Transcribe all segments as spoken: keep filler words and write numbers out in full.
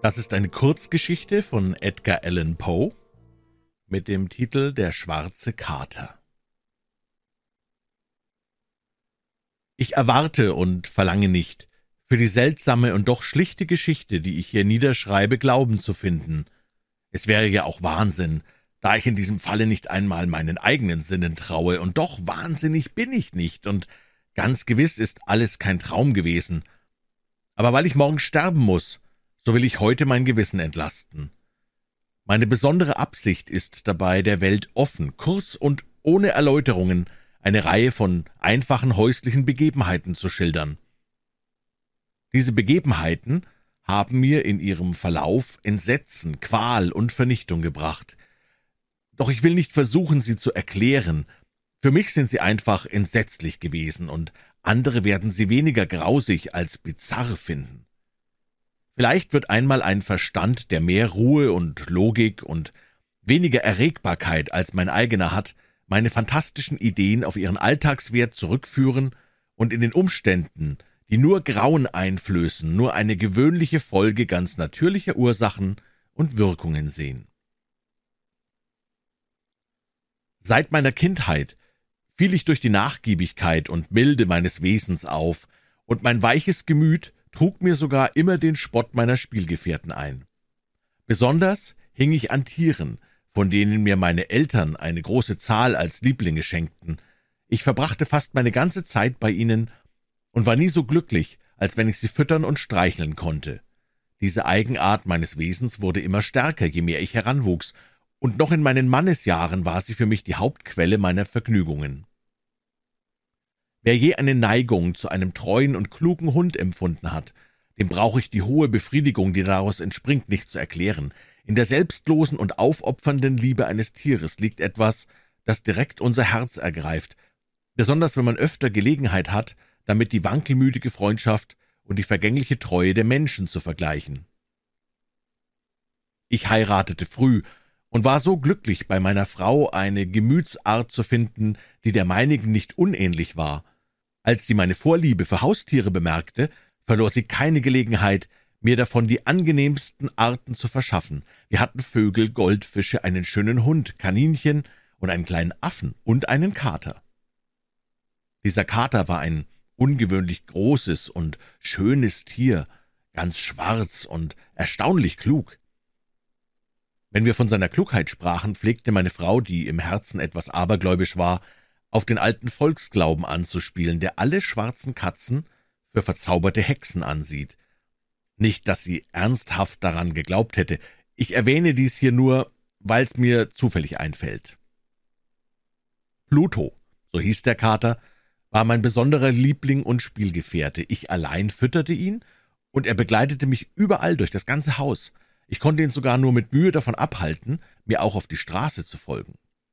Das ist eine Kurzgeschichte von Edgar Allan Poe mit dem Titel »Der schwarze Kater«. Ich erwarte und verlange nicht, für die seltsame und doch schlichte Geschichte, die ich hier niederschreibe, Glauben zu finden. Es wäre ja auch Wahnsinn, da ich in diesem Falle nicht einmal meinen eigenen Sinnen traue, und doch wahnsinnig bin ich nicht, und ganz gewiss ist alles kein Traum gewesen. Aber weil ich morgen sterben muß, so will ich heute mein Gewissen entlasten. Meine besondere Absicht ist dabei, der Welt offen, kurz und ohne Erläuterungen eine Reihe von einfachen häuslichen Begebenheiten zu schildern. Diese Begebenheiten haben mir in ihrem Verlauf Entsetzen, Qual und Vernichtung gebracht. Doch ich will nicht versuchen, sie zu erklären. Für mich sind sie einfach entsetzlich gewesen, und andere werden sie weniger grausig als bizarr finden. Vielleicht wird einmal ein Verstand, der mehr Ruhe und Logik und weniger Erregbarkeit als mein eigener hat, meine fantastischen Ideen auf ihren Alltagswert zurückführen und in den Umständen, die nur Grauen einflößen, nur eine gewöhnliche Folge ganz natürlicher Ursachen und Wirkungen sehen. Seit meiner Kindheit fiel ich durch die Nachgiebigkeit und Milde meines Wesens auf, und mein weiches Gemüt trug mir sogar immer den Spott meiner Spielgefährten ein. Besonders hing ich an Tieren, von denen mir meine Eltern eine große Zahl als Lieblinge schenkten. Ich verbrachte fast meine ganze Zeit bei ihnen und war nie so glücklich, als wenn ich sie füttern und streicheln konnte. Diese Eigenart meines Wesens wurde immer stärker, je mehr ich heranwuchs, und noch in meinen Mannesjahren war sie für mich die Hauptquelle meiner Vergnügungen. Wer je eine Neigung zu einem treuen und klugen Hund empfunden hat, dem brauche ich die hohe Befriedigung, die daraus entspringt, nicht zu erklären. In der selbstlosen und aufopfernden Liebe eines Tieres liegt etwas, das direkt unser Herz ergreift, besonders wenn man öfter Gelegenheit hat, damit die wankelmütige Freundschaft und die vergängliche Treue der Menschen zu vergleichen. Ich heiratete früh und war so glücklich, bei meiner Frau eine Gemütsart zu finden, die der meinigen nicht unähnlich war. Als sie meine Vorliebe für Haustiere bemerkte, verlor sie keine Gelegenheit, mir davon die angenehmsten Arten zu verschaffen. Wir hatten Vögel, Goldfische, einen schönen Hund, Kaninchen und einen kleinen Affen und einen Kater. Dieser Kater war ein ungewöhnlich großes und schönes Tier, ganz schwarz und erstaunlich klug. Wenn wir von seiner Klugheit sprachen, pflegte meine Frau, die im Herzen etwas abergläubisch war, auf den alten Volksglauben anzuspielen, der alle schwarzen Katzen für verzauberte Hexen ansieht. Nicht, dass sie ernsthaft daran geglaubt hätte. Ich erwähne dies hier nur, weil's mir zufällig einfällt. Pluto, so hieß der Kater, war mein besonderer Liebling und Spielgefährte. Ich allein fütterte ihn, und er begleitete mich überall durch das ganze Haus. Ich konnte ihn sogar nur mit Mühe davon abhalten, mir auch auf die Straße zu folgen.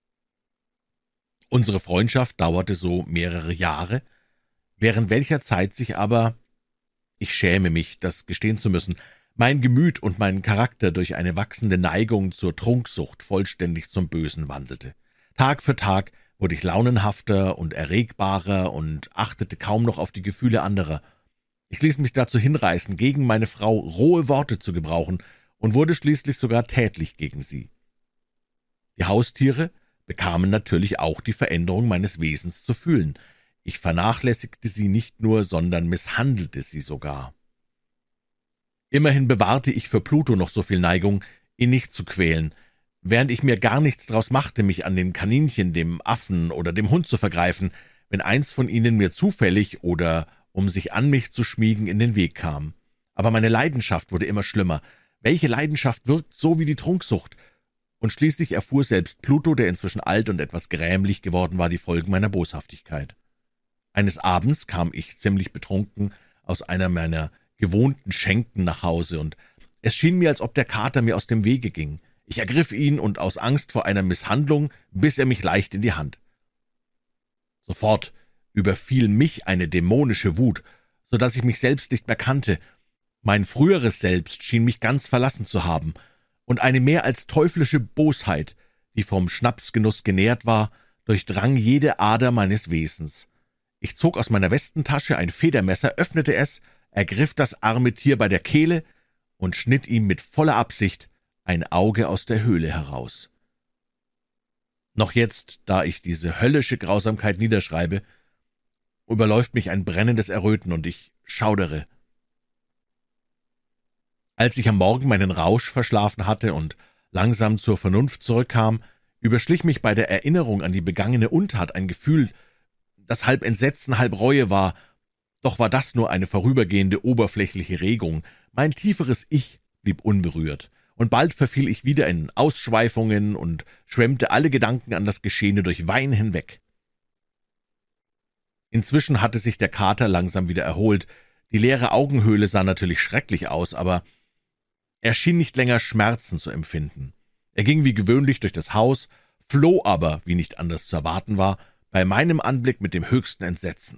Unsere Freundschaft dauerte so mehrere Jahre, während welcher Zeit sich aber, ich schäme mich, das gestehen zu müssen, mein Gemüt und mein Charakter durch eine wachsende Neigung zur Trunksucht vollständig zum Bösen wandelte. Tag für Tag wurde ich launenhafter und erregbarer und achtete kaum noch auf die Gefühle anderer. Ich ließ mich dazu hinreißen, gegen meine Frau rohe Worte zu gebrauchen, und wurde schließlich sogar tätlich gegen sie. Die Haustiere bekamen natürlich auch die Veränderung meines Wesens zu fühlen. Ich vernachlässigte sie nicht nur, sondern misshandelte sie sogar. Immerhin bewahrte ich für Pluto noch so viel Neigung, ihn nicht zu quälen, während ich mir gar nichts daraus machte, mich an den Kaninchen, dem Affen oder dem Hund zu vergreifen, wenn eins von ihnen mir zufällig oder um sich an mich zu schmiegen in den Weg kam. Aber meine Leidenschaft wurde immer schlimmer. Welche Leidenschaft wirkt so wie die Trunksucht? Und schließlich erfuhr selbst Pluto, der inzwischen alt und etwas grämlich geworden war, die Folgen meiner Boshaftigkeit. Eines Abends kam ich ziemlich betrunken aus einer meiner gewohnten Schenken nach Hause, und es schien mir, als ob der Kater mir aus dem Wege ging. Ich ergriff ihn, und aus Angst vor einer Misshandlung biss er mich leicht in die Hand. Sofort überfiel mich eine dämonische Wut, so dass ich mich selbst nicht mehr kannte. Mein früheres Selbst schien mich ganz verlassen zu haben, und eine mehr als teuflische Bosheit, die vom Schnapsgenuss genährt war, durchdrang jede Ader meines Wesens. Ich zog aus meiner Westentasche ein Federmesser, öffnete es, ergriff das arme Tier bei der Kehle und schnitt ihm mit voller Absicht ein Auge aus der Höhle heraus. Noch jetzt, da ich diese höllische Grausamkeit niederschreibe, überläuft mich ein brennendes Erröten, und ich schaudere. Als ich am Morgen meinen Rausch verschlafen hatte und langsam zur Vernunft zurückkam, überschlich mich bei der Erinnerung an die begangene Untat ein Gefühl, das halb Entsetzen, halb Reue war. Doch war das nur eine vorübergehende, oberflächliche Regung. Mein tieferes Ich blieb unberührt, und bald verfiel ich wieder in Ausschweifungen und schwemmte alle Gedanken an das Geschehene durch Wein hinweg. Inzwischen hatte sich der Kater langsam wieder erholt. Die leere Augenhöhle sah natürlich schrecklich aus, aber er schien nicht länger Schmerzen zu empfinden. Er ging wie gewöhnlich durch das Haus, floh aber, wie nicht anders zu erwarten war, bei meinem Anblick mit dem höchsten Entsetzen.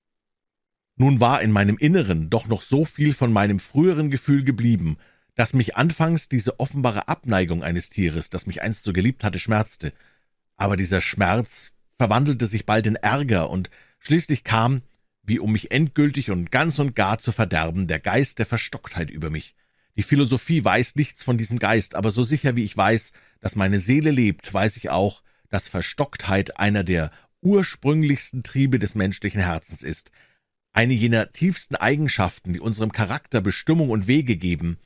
Nun war in meinem Inneren doch noch so viel von meinem früheren Gefühl geblieben, dass mich anfangs diese offenbare Abneigung eines Tieres, das mich einst so geliebt hatte, schmerzte. Aber dieser Schmerz verwandelte sich bald in Ärger, und schließlich kam, wie um mich endgültig und ganz und gar zu verderben, der Geist der Verstocktheit über mich. Die Philosophie weiß nichts von diesem Geist, aber so sicher wie ich weiß, dass meine Seele lebt, weiß ich auch, dass Verstocktheit einer der ursprünglichsten Triebe des menschlichen Herzens ist, eine jener tiefsten Eigenschaften, die unserem Charakter Bestimmung und Wege geben.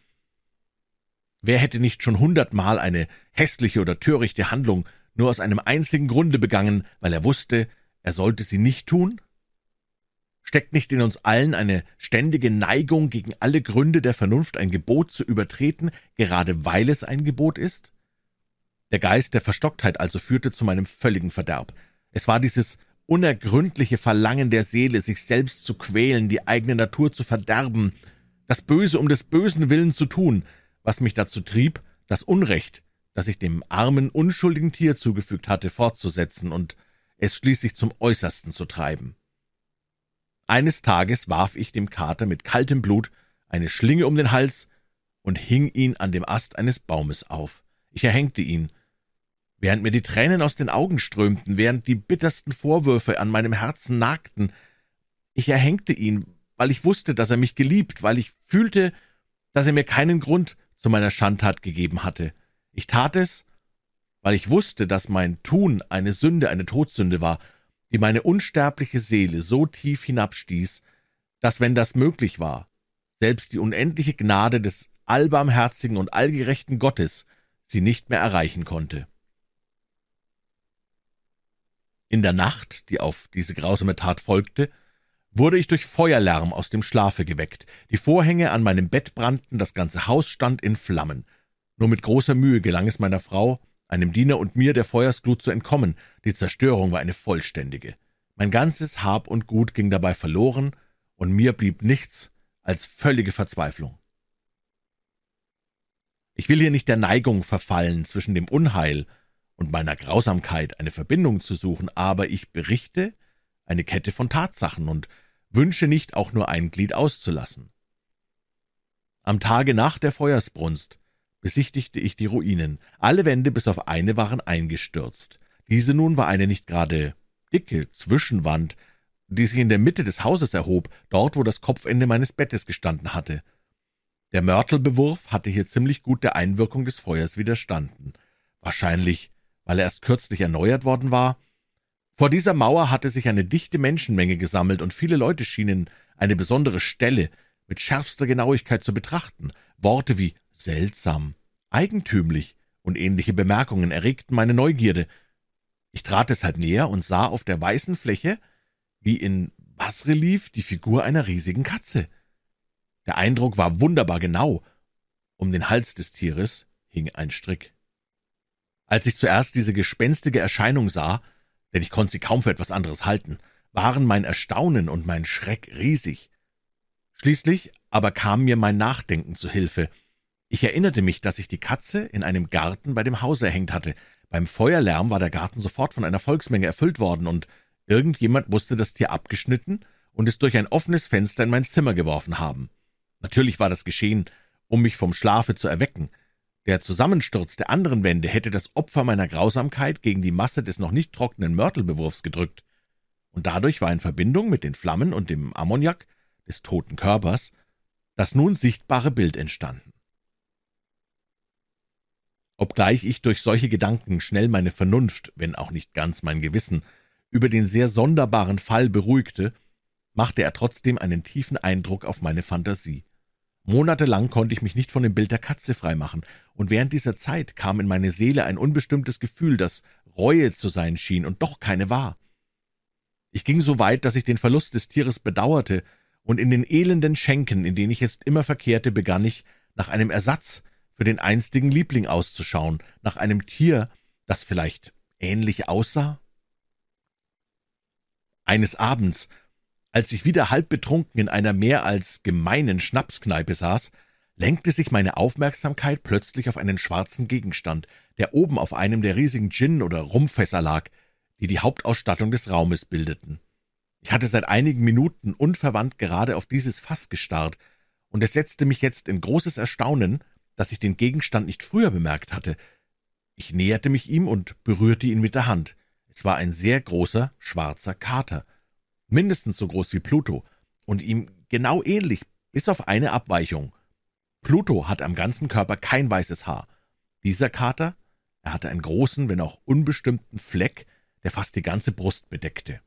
Wer hätte nicht schon hundertmal eine hässliche oder törichte Handlung nur aus einem einzigen Grunde begangen, weil er wusste, er sollte sie nicht tun? Steckt nicht in uns allen eine ständige Neigung, gegen alle Gründe der Vernunft ein Gebot zu übertreten, gerade weil es ein Gebot ist? Der Geist der Verstocktheit also führte zu meinem völligen Verderb. Es war dieses unergründliche Verlangen der Seele, sich selbst zu quälen, die eigene Natur zu verderben, das Böse um des Bösen willen zu tun, was mich dazu trieb, das Unrecht, das ich dem armen, unschuldigen Tier zugefügt hatte, fortzusetzen und es schließlich zum Äußersten zu treiben. Eines Tages warf ich dem Kater mit kaltem Blut eine Schlinge um den Hals und hing ihn an dem Ast eines Baumes auf. Ich erhängte ihn. Während mir die Tränen aus den Augen strömten, während die bittersten Vorwürfe an meinem Herzen nagten, ich erhängte ihn, weil ich wusste, dass er mich geliebt, weil ich fühlte, dass er mir keinen Grund zu meiner Schandtat gegeben hatte. Ich tat es, weil ich wusste, dass mein Tun eine Sünde, eine Todsünde war, die meine unsterbliche Seele so tief hinabstieß, dass, wenn das möglich war, selbst die unendliche Gnade des allbarmherzigen und allgerechten Gottes sie nicht mehr erreichen konnte. In der Nacht, die auf diese grausame Tat folgte, wurde ich durch Feuerlärm aus dem Schlafe geweckt. Die Vorhänge an meinem Bett brannten, das ganze Haus stand in Flammen. Nur mit großer Mühe gelang es meiner Frau, einem Diener und mir der Feuersglut zu entkommen. Die Zerstörung war eine vollständige. Mein ganzes Hab und Gut ging dabei verloren, und mir blieb nichts als völlige Verzweiflung. Ich will hier nicht der Neigung verfallen, zwischen dem Unheil und meiner Grausamkeit eine Verbindung zu suchen, aber ich berichte eine Kette von Tatsachen und wünsche nicht, auch nur ein Glied auszulassen. Am Tage nach der Feuersbrunst besichtigte ich die Ruinen. Alle Wände bis auf eine waren eingestürzt. Diese nun war eine nicht gerade dicke Zwischenwand, die sich in der Mitte des Hauses erhob, dort, wo das Kopfende meines Bettes gestanden hatte. Der Mörtelbewurf hatte hier ziemlich gut der Einwirkung des Feuers widerstanden. Wahrscheinlich, weil er erst kürzlich erneuert worden war. Vor dieser Mauer hatte sich eine dichte Menschenmenge gesammelt, und viele Leute schienen eine besondere Stelle mit schärfster Genauigkeit zu betrachten. Worte wie seltsam, eigentümlich und ähnliche Bemerkungen erregten meine Neugierde. Ich trat deshalb näher und sah auf der weißen Fläche, wie in Basrelief, die Figur einer riesigen Katze. Der Eindruck war wunderbar genau. Um den Hals des Tieres hing ein Strick. Als ich zuerst diese gespenstige Erscheinung sah, denn ich konnte sie kaum für etwas anderes halten, waren mein Erstaunen und mein Schreck riesig. Schließlich aber kam mir mein Nachdenken zu Hilfe. Ich erinnerte mich, dass ich die Katze in einem Garten bei dem Hause erhängt hatte. Beim Feuerlärm war der Garten sofort von einer Volksmenge erfüllt worden, und irgendjemand musste das Tier abgeschnitten und es durch ein offenes Fenster in mein Zimmer geworfen haben. Natürlich war das geschehen, um mich vom Schlafe zu erwecken. Der Zusammensturz der anderen Wände hätte das Opfer meiner Grausamkeit gegen die Masse des noch nicht trockenen Mörtelbewurfs gedrückt, und dadurch war in Verbindung mit den Flammen und dem Ammoniak des toten Körpers das nun sichtbare Bild entstanden. Obgleich ich durch solche Gedanken schnell meine Vernunft, wenn auch nicht ganz mein Gewissen, über den sehr sonderbaren Fall beruhigte, machte er trotzdem einen tiefen Eindruck auf meine Fantasie. Monatelang konnte ich mich nicht von dem Bild der Katze freimachen, und während dieser Zeit kam in meine Seele ein unbestimmtes Gefühl, das Reue zu sein schien und doch keine war. Ich ging so weit, dass ich den Verlust des Tieres bedauerte, und in den elenden Schenken, in denen ich jetzt immer verkehrte, begann ich, nach einem Ersatz für den einstigen Liebling auszuschauen, nach einem Tier, das vielleicht ähnlich aussah. Eines Abends, als ich wieder halb betrunken in einer mehr als gemeinen Schnapskneipe saß, lenkte sich meine Aufmerksamkeit plötzlich auf einen schwarzen Gegenstand, der oben auf einem der riesigen Gin- oder Rumfässer lag, die die Hauptausstattung des Raumes bildeten. Ich hatte seit einigen Minuten unverwandt gerade auf dieses Fass gestarrt, und es setzte mich jetzt in großes Erstaunen, dass ich den Gegenstand nicht früher bemerkt hatte. Ich näherte mich ihm und berührte ihn mit der Hand. Es war ein sehr großer, schwarzer Kater, mindestens so groß wie Pluto, und ihm genau ähnlich, bis auf eine Abweichung. Pluto hatte am ganzen Körper kein weißes Haar. Dieser Kater, er hatte einen großen, wenn auch unbestimmten Fleck, der fast die ganze Brust bedeckte.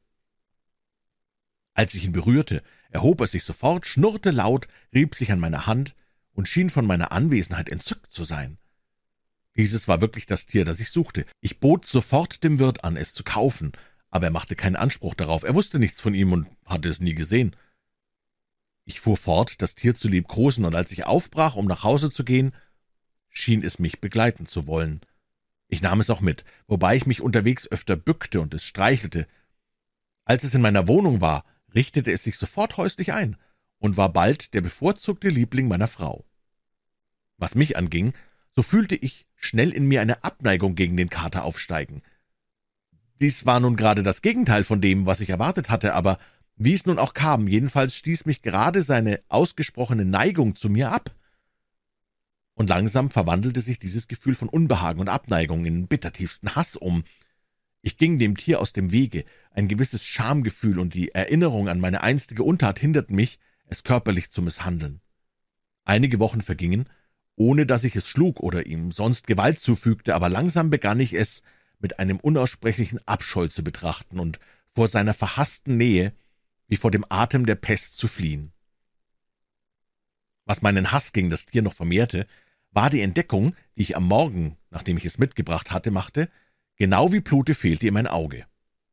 Als ich ihn berührte, erhob er sich sofort, schnurrte laut, rieb sich an meiner Hand und schien von meiner Anwesenheit entzückt zu sein. Dieses war wirklich das Tier, das ich suchte. Ich bot sofort dem Wirt an, es zu kaufen, aber er machte keinen Anspruch darauf. Er wusste nichts von ihm und hatte es nie gesehen. Ich fuhr fort, das Tier zu liebkosen, und als ich aufbrach, um nach Hause zu gehen, schien es mich begleiten zu wollen. Ich nahm es auch mit, wobei ich mich unterwegs öfter bückte und es streichelte. Als es in meiner Wohnung war, richtete es sich sofort häuslich ein und war bald der bevorzugte Liebling meiner Frau. Was mich anging, so fühlte ich schnell in mir eine Abneigung gegen den Kater aufsteigen. Dies war nun gerade das Gegenteil von dem, was ich erwartet hatte, aber wie es nun auch kam, jedenfalls stieß mich gerade seine ausgesprochene Neigung zu mir ab. Und langsam verwandelte sich dieses Gefühl von Unbehagen und Abneigung in bittertiefsten Hass um. Ich ging dem Tier aus dem Wege, ein gewisses Schamgefühl und die Erinnerung an meine einstige Untat hinderten mich, es körperlich zu misshandeln. Einige Wochen vergingen, ohne dass ich es schlug oder ihm sonst Gewalt zufügte, aber langsam begann ich es mit einem unaussprechlichen Abscheu zu betrachten und vor seiner verhassten Nähe wie vor dem Atem der Pest zu fliehen. Was meinen Hass gegen das Tier noch vermehrte, war die Entdeckung, die ich am Morgen, nachdem ich es mitgebracht hatte, machte: Genau wie Pluto fehlte ihr mein Auge.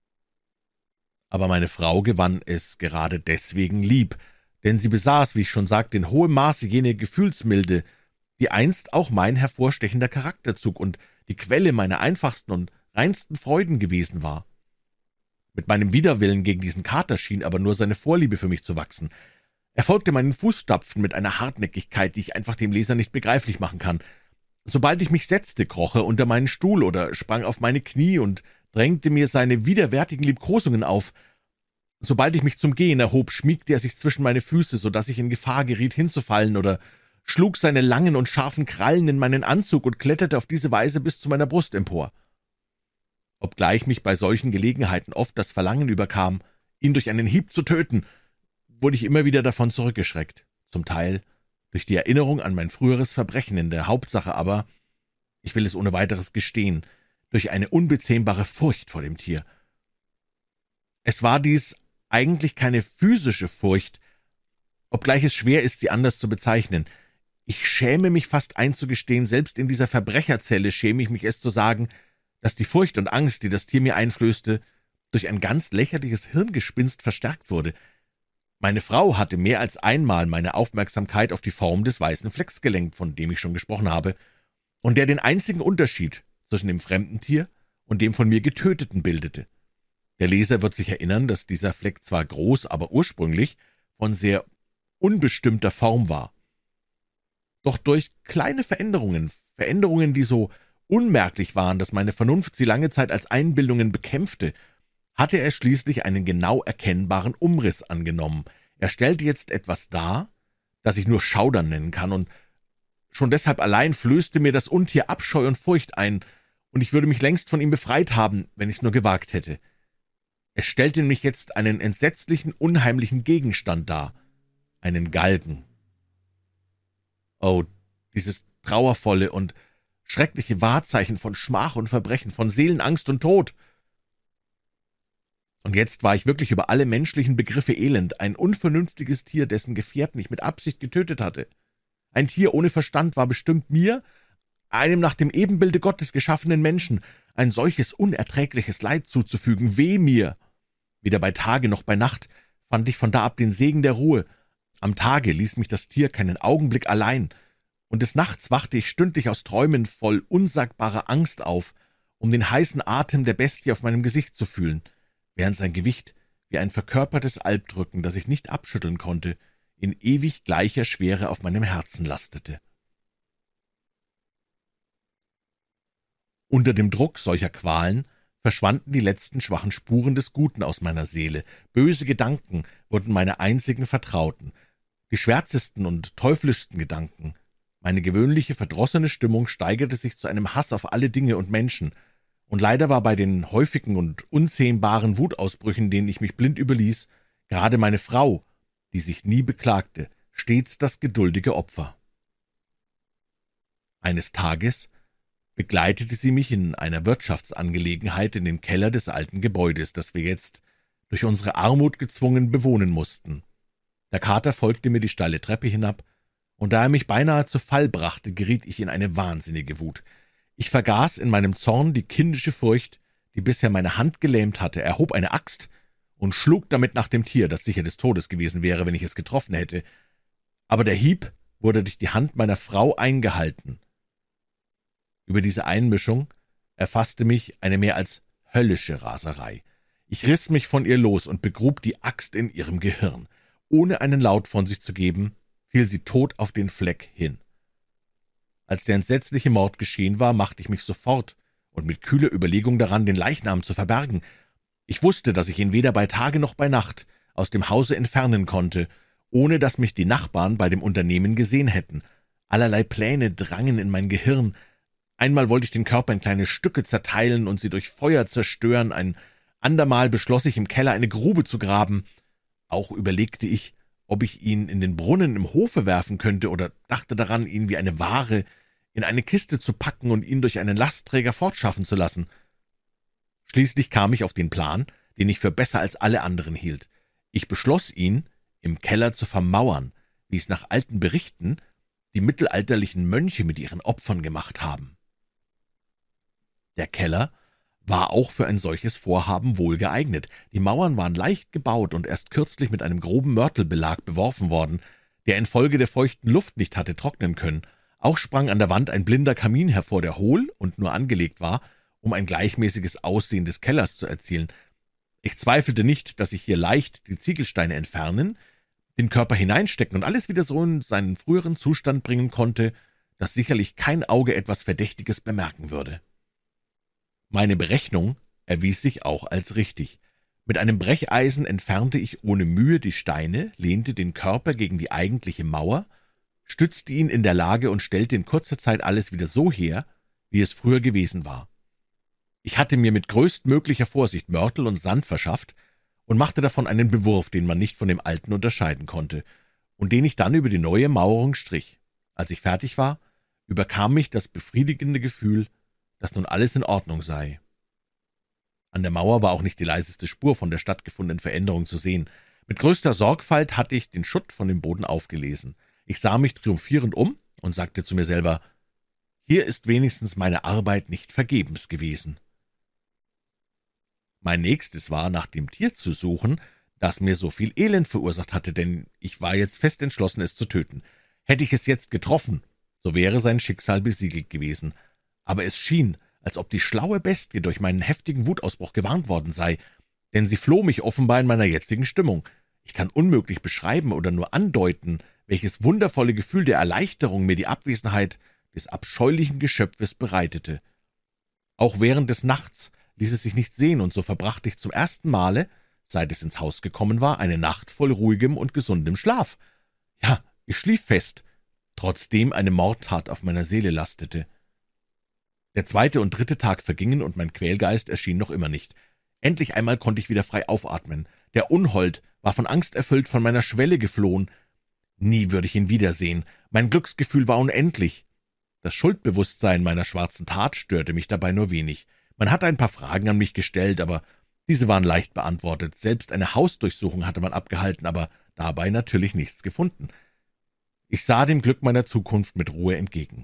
Aber meine Frau gewann es gerade deswegen lieb, denn sie besaß, wie ich schon sagte, in hohem Maße jene Gefühlsmilde, die einst auch mein hervorstechender Charakterzug und die Quelle meiner einfachsten und reinsten Freuden gewesen war. Mit meinem Widerwillen gegen diesen Kater schien aber nur seine Vorliebe für mich zu wachsen. Er folgte meinen Fußstapfen mit einer Hartnäckigkeit, die ich einfach dem Leser nicht begreiflich machen kann. Sobald ich mich setzte, kroch er unter meinen Stuhl oder sprang auf meine Knie und drängte mir seine widerwärtigen Liebkosungen auf. Sobald ich mich zum Gehen erhob, schmiegte er sich zwischen meine Füße, so dass ich in Gefahr geriet, hinzufallen, oder schlug seine langen und scharfen Krallen in meinen Anzug und kletterte auf diese Weise bis zu meiner Brust empor. Obgleich mich bei solchen Gelegenheiten oft das Verlangen überkam, ihn durch einen Hieb zu töten, wurde ich immer wieder davon zurückgeschreckt, zum Teil durch die Erinnerung an mein früheres Verbrechen, in der Hauptsache aber, ich will es ohne weiteres gestehen, durch eine unbezähmbare Furcht vor dem Tier. Es war dies eigentlich keine physische Furcht, obgleich es schwer ist, sie anders zu bezeichnen. Ich schäme mich fast einzugestehen, selbst in dieser Verbrecherzelle schäme ich mich es zu sagen, dass die Furcht und Angst, die das Tier mir einflößte, durch ein ganz lächerliches Hirngespinst verstärkt wurde. Meine Frau hatte mehr als einmal meine Aufmerksamkeit auf die Form des weißen Flecks gelenkt, von dem ich schon gesprochen habe, und der den einzigen Unterschied zwischen dem fremden Tier und dem von mir Getöteten bildete. Der Leser wird sich erinnern, dass dieser Fleck zwar groß, aber ursprünglich von sehr unbestimmter Form war. Doch durch kleine Veränderungen, Veränderungen, die so unmerklich waren, dass meine Vernunft sie lange Zeit als Einbildungen bekämpfte, hatte er schließlich einen genau erkennbaren Umriss angenommen. Er stellte jetzt etwas dar, das ich nur Schaudern nennen kann, und schon deshalb allein flößte mir das Untier Abscheu und Furcht ein, und ich würde mich längst von ihm befreit haben, wenn ich es nur gewagt hätte. Es stellte mich jetzt einen entsetzlichen, unheimlichen Gegenstand dar, einen Galgen. Oh, dieses trauervolle und schreckliche Wahrzeichen von Schmach und Verbrechen, von Seelenangst und Tod. Und jetzt war ich wirklich über alle menschlichen Begriffe elend, ein unvernünftiges Tier, dessen Gefährten ich mit Absicht getötet hatte. Ein Tier ohne Verstand war bestimmt mir, einem nach dem Ebenbilde Gottes geschaffenen Menschen, ein solches unerträgliches Leid zuzufügen. Weh mir! Weder bei Tage noch bei Nacht fand ich von da ab den Segen der Ruhe. Am Tage ließ mich das Tier keinen Augenblick allein, und des Nachts wachte ich stündlich aus Träumen voll unsagbarer Angst auf, um den heißen Atem der Bestie auf meinem Gesicht zu fühlen, während sein Gewicht wie ein verkörpertes Alpdrücken, das ich nicht abschütteln konnte, in ewig gleicher Schwere auf meinem Herzen lastete. Unter dem Druck solcher Qualen verschwanden die letzten schwachen Spuren des Guten aus meiner Seele. Böse Gedanken wurden meine einzigen Vertrauten, die schwärzesten und teuflischsten Gedanken. Meine gewöhnliche verdrossene Stimmung steigerte sich zu einem Hass auf alle Dinge und Menschen, und leider war bei den häufigen und unzähmbaren Wutausbrüchen, denen ich mich blind überließ, gerade meine Frau, die sich nie beklagte, stets das geduldige Opfer. Eines Tages begleitete sie mich in einer Wirtschaftsangelegenheit in den Keller des alten Gebäudes, das wir jetzt durch unsere Armut gezwungen bewohnen mussten. Der Kater folgte mir die steile Treppe hinab, und da er mich beinahe zu Fall brachte, geriet ich in eine wahnsinnige Wut. Ich vergaß in meinem Zorn die kindische Furcht, die bisher meine Hand gelähmt hatte, erhob eine Axt und schlug damit nach dem Tier, das sicher des Todes gewesen wäre, wenn ich es getroffen hätte. Aber der Hieb wurde durch die Hand meiner Frau eingehalten. Über diese Einmischung erfasste mich eine mehr als höllische Raserei. Ich riss mich von ihr los und begrub die Axt in ihrem Gehirn. Ohne einen Laut von sich zu geben, fiel sie tot auf den Fleck hin. Als der entsetzliche Mord geschehen war, machte ich mich sofort und mit kühler Überlegung daran, den Leichnam zu verbergen. Ich wusste, dass ich ihn weder bei Tage noch bei Nacht aus dem Hause entfernen konnte, ohne dass mich die Nachbarn bei dem Unternehmen gesehen hätten. Allerlei Pläne drangen in mein Gehirn. Einmal wollte ich den Körper in kleine Stücke zerteilen und sie durch Feuer zerstören, ein andermal beschloss ich, im Keller eine Grube zu graben. Auch überlegte ich, ob ich ihn in den Brunnen im Hofe werfen könnte, oder dachte daran, ihn wie eine Ware in eine Kiste zu packen und ihn durch einen Lastträger fortschaffen zu lassen. Schließlich kam ich auf den Plan, den ich für besser als alle anderen hielt. Ich beschloss, ihn im Keller zu vermauern, wie es nach alten Berichten die mittelalterlichen Mönche mit ihren Opfern gemacht haben. Der Keller war auch für ein solches Vorhaben wohl geeignet. Die Mauern waren leicht gebaut und erst kürzlich mit einem groben Mörtelbelag beworfen worden, der infolge der feuchten Luft nicht hatte trocknen können. Auch sprang an der Wand ein blinder Kamin hervor, der hohl und nur angelegt war, um ein gleichmäßiges Aussehen des Kellers zu erzielen. Ich zweifelte nicht, dass ich hier leicht die Ziegelsteine entfernen, den Körper hineinstecken und alles wieder so in seinen früheren Zustand bringen konnte, dass sicherlich kein Auge etwas Verdächtiges bemerken würde. Meine Berechnung erwies sich auch als richtig. Mit einem Brecheisen entfernte ich ohne Mühe die Steine, lehnte den Körper gegen die eigentliche Mauer, stützte ihn in der Lage und stellte in kurzer Zeit alles wieder so her, wie es früher gewesen war. Ich hatte mir mit größtmöglicher Vorsicht Mörtel und Sand verschafft und machte davon einen Bewurf, den man nicht von dem alten unterscheiden konnte, und den ich dann über die neue Mauerung strich. Als ich fertig war, überkam mich das befriedigende Gefühl, dass nun alles in Ordnung sei. An der Mauer war auch nicht die leiseste Spur von der stattgefundenen Veränderung zu sehen. Mit größter Sorgfalt hatte ich den Schutt von dem Boden aufgelesen. Ich sah mich triumphierend um und sagte zu mir selber, hier ist wenigstens meine Arbeit nicht vergebens gewesen. Mein nächstes war, nach dem Tier zu suchen, das mir so viel Elend verursacht hatte, denn ich war jetzt fest entschlossen, es zu töten. Hätte ich es jetzt getroffen, so wäre sein Schicksal besiegelt gewesen. Aber es schien, als ob die schlaue Bestie durch meinen heftigen Wutausbruch gewarnt worden sei, denn sie floh mich offenbar in meiner jetzigen Stimmung. Ich kann unmöglich beschreiben oder nur andeuten, welches wundervolle Gefühl der Erleichterung mir die Abwesenheit des abscheulichen Geschöpfes bereitete. Auch während des Nachts ließ es sich nicht sehen, und so verbrachte ich zum ersten Male, seit es ins Haus gekommen war, eine Nacht voll ruhigem und gesundem Schlaf. Ja, ich schlief fest, trotzdem eine Mordtat auf meiner Seele lastete. Der zweite und dritte Tag vergingen, und mein Quälgeist erschien noch immer nicht. Endlich einmal konnte ich wieder frei aufatmen. Der Unhold war von Angst erfüllt von meiner Schwelle geflohen. Nie würde ich ihn wiedersehen. Mein Glücksgefühl war unendlich. Das Schuldbewusstsein meiner schwarzen Tat störte mich dabei nur wenig. Man hatte ein paar Fragen an mich gestellt, aber diese waren leicht beantwortet. Selbst eine Hausdurchsuchung hatte man abgehalten, aber dabei natürlich nichts gefunden. Ich sah dem Glück meiner Zukunft mit Ruhe entgegen.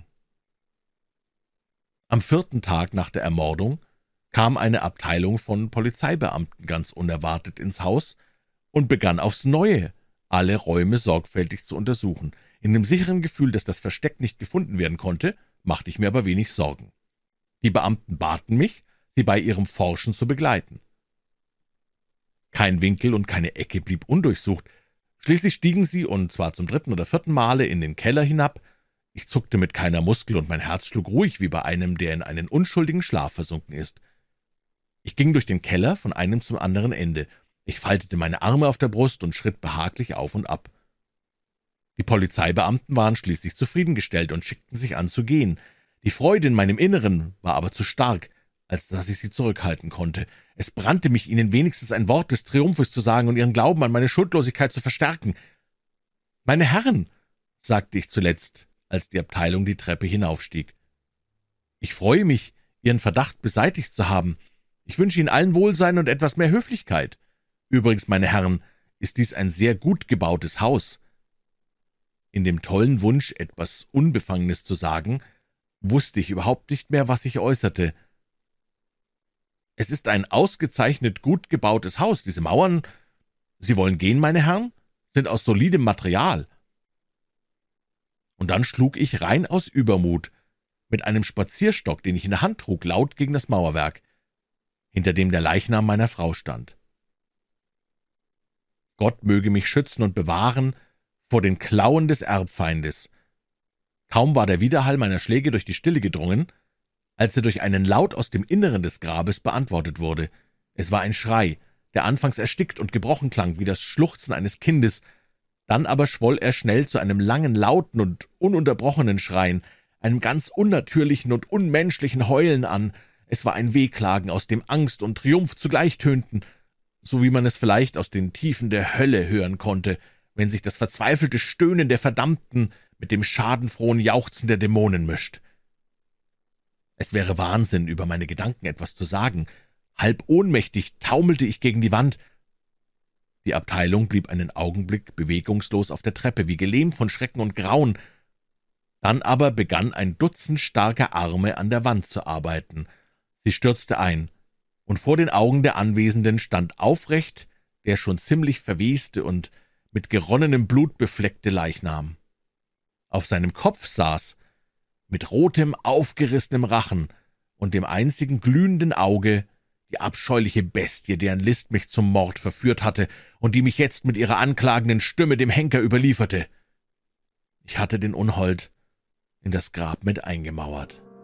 Am vierten Tag nach der Ermordung kam eine Abteilung von Polizeibeamten ganz unerwartet ins Haus und begann aufs Neue, alle Räume sorgfältig zu untersuchen. In dem sicheren Gefühl, dass das Versteck nicht gefunden werden konnte, machte ich mir aber wenig Sorgen. Die Beamten baten mich, sie bei ihrem Forschen zu begleiten. Kein Winkel und keine Ecke blieb undurchsucht. Schließlich stiegen sie, und zwar zum dritten oder vierten Male, in den Keller hinab. Ich zuckte mit keiner Muskel, und mein Herz schlug ruhig wie bei einem, der in einen unschuldigen Schlaf versunken ist. Ich ging durch den Keller von einem zum anderen Ende. Ich faltete meine Arme auf der Brust und schritt behaglich auf und ab. Die Polizeibeamten waren schließlich zufriedengestellt und schickten sich an zu gehen. Die Freude in meinem Inneren war aber zu stark, als dass ich sie zurückhalten konnte. Es brannte mich, ihnen wenigstens ein Wort des Triumphes zu sagen und ihren Glauben an meine Schuldlosigkeit zu verstärken. »Meine Herren«, sagte ich zuletzt, als die Abteilung die Treppe hinaufstieg, »ich freue mich, Ihren Verdacht beseitigt zu haben. Ich wünsche Ihnen allen Wohlsein und etwas mehr Höflichkeit. Übrigens, meine Herren, ist dies ein sehr gut gebautes Haus.« In dem tollen Wunsch, etwas Unbefangenes zu sagen, wusste ich überhaupt nicht mehr, was ich äußerte. »Es ist ein ausgezeichnet gut gebautes Haus. Diese Mauern, Sie wollen gehen, meine Herren, sind aus solidem Material.« Und dann schlug ich rein aus Übermut mit einem Spazierstock, den ich in der Hand trug, laut gegen das Mauerwerk, hinter dem der Leichnam meiner Frau stand. Gott möge mich schützen und bewahren vor den Klauen des Erbfeindes. Kaum war der Widerhall meiner Schläge durch die Stille gedrungen, als er durch einen Laut aus dem Inneren des Grabes beantwortet wurde. Es war ein Schrei, der anfangs erstickt und gebrochen klang, wie das Schluchzen eines Kindes. Dann aber schwoll er schnell zu einem langen, lauten und ununterbrochenen Schreien, einem ganz unnatürlichen und unmenschlichen Heulen an. Es war ein Wehklagen, aus dem Angst und Triumph zugleich tönten, so wie man es vielleicht aus den Tiefen der Hölle hören konnte, wenn sich das verzweifelte Stöhnen der Verdammten mit dem schadenfrohen Jauchzen der Dämonen mischt. Es wäre Wahnsinn, über meine Gedanken etwas zu sagen. Halb ohnmächtig taumelte ich gegen die Wand. Die Abteilung blieb einen Augenblick bewegungslos auf der Treppe, wie gelähmt von Schrecken und Grauen. Dann aber begann ein Dutzend starker Arme an der Wand zu arbeiten. Sie stürzte ein, und vor den Augen der Anwesenden stand aufrecht der schon ziemlich verweste und mit geronnenem Blut befleckte Leichnam. Auf seinem Kopf saß, mit rotem, aufgerissenem Rachen und dem einzigen glühenden Auge, die abscheuliche Bestie, deren List mich zum Mord verführt hatte und die mich jetzt mit ihrer anklagenden Stimme dem Henker überlieferte. Ich hatte den Unhold in das Grab mit eingemauert.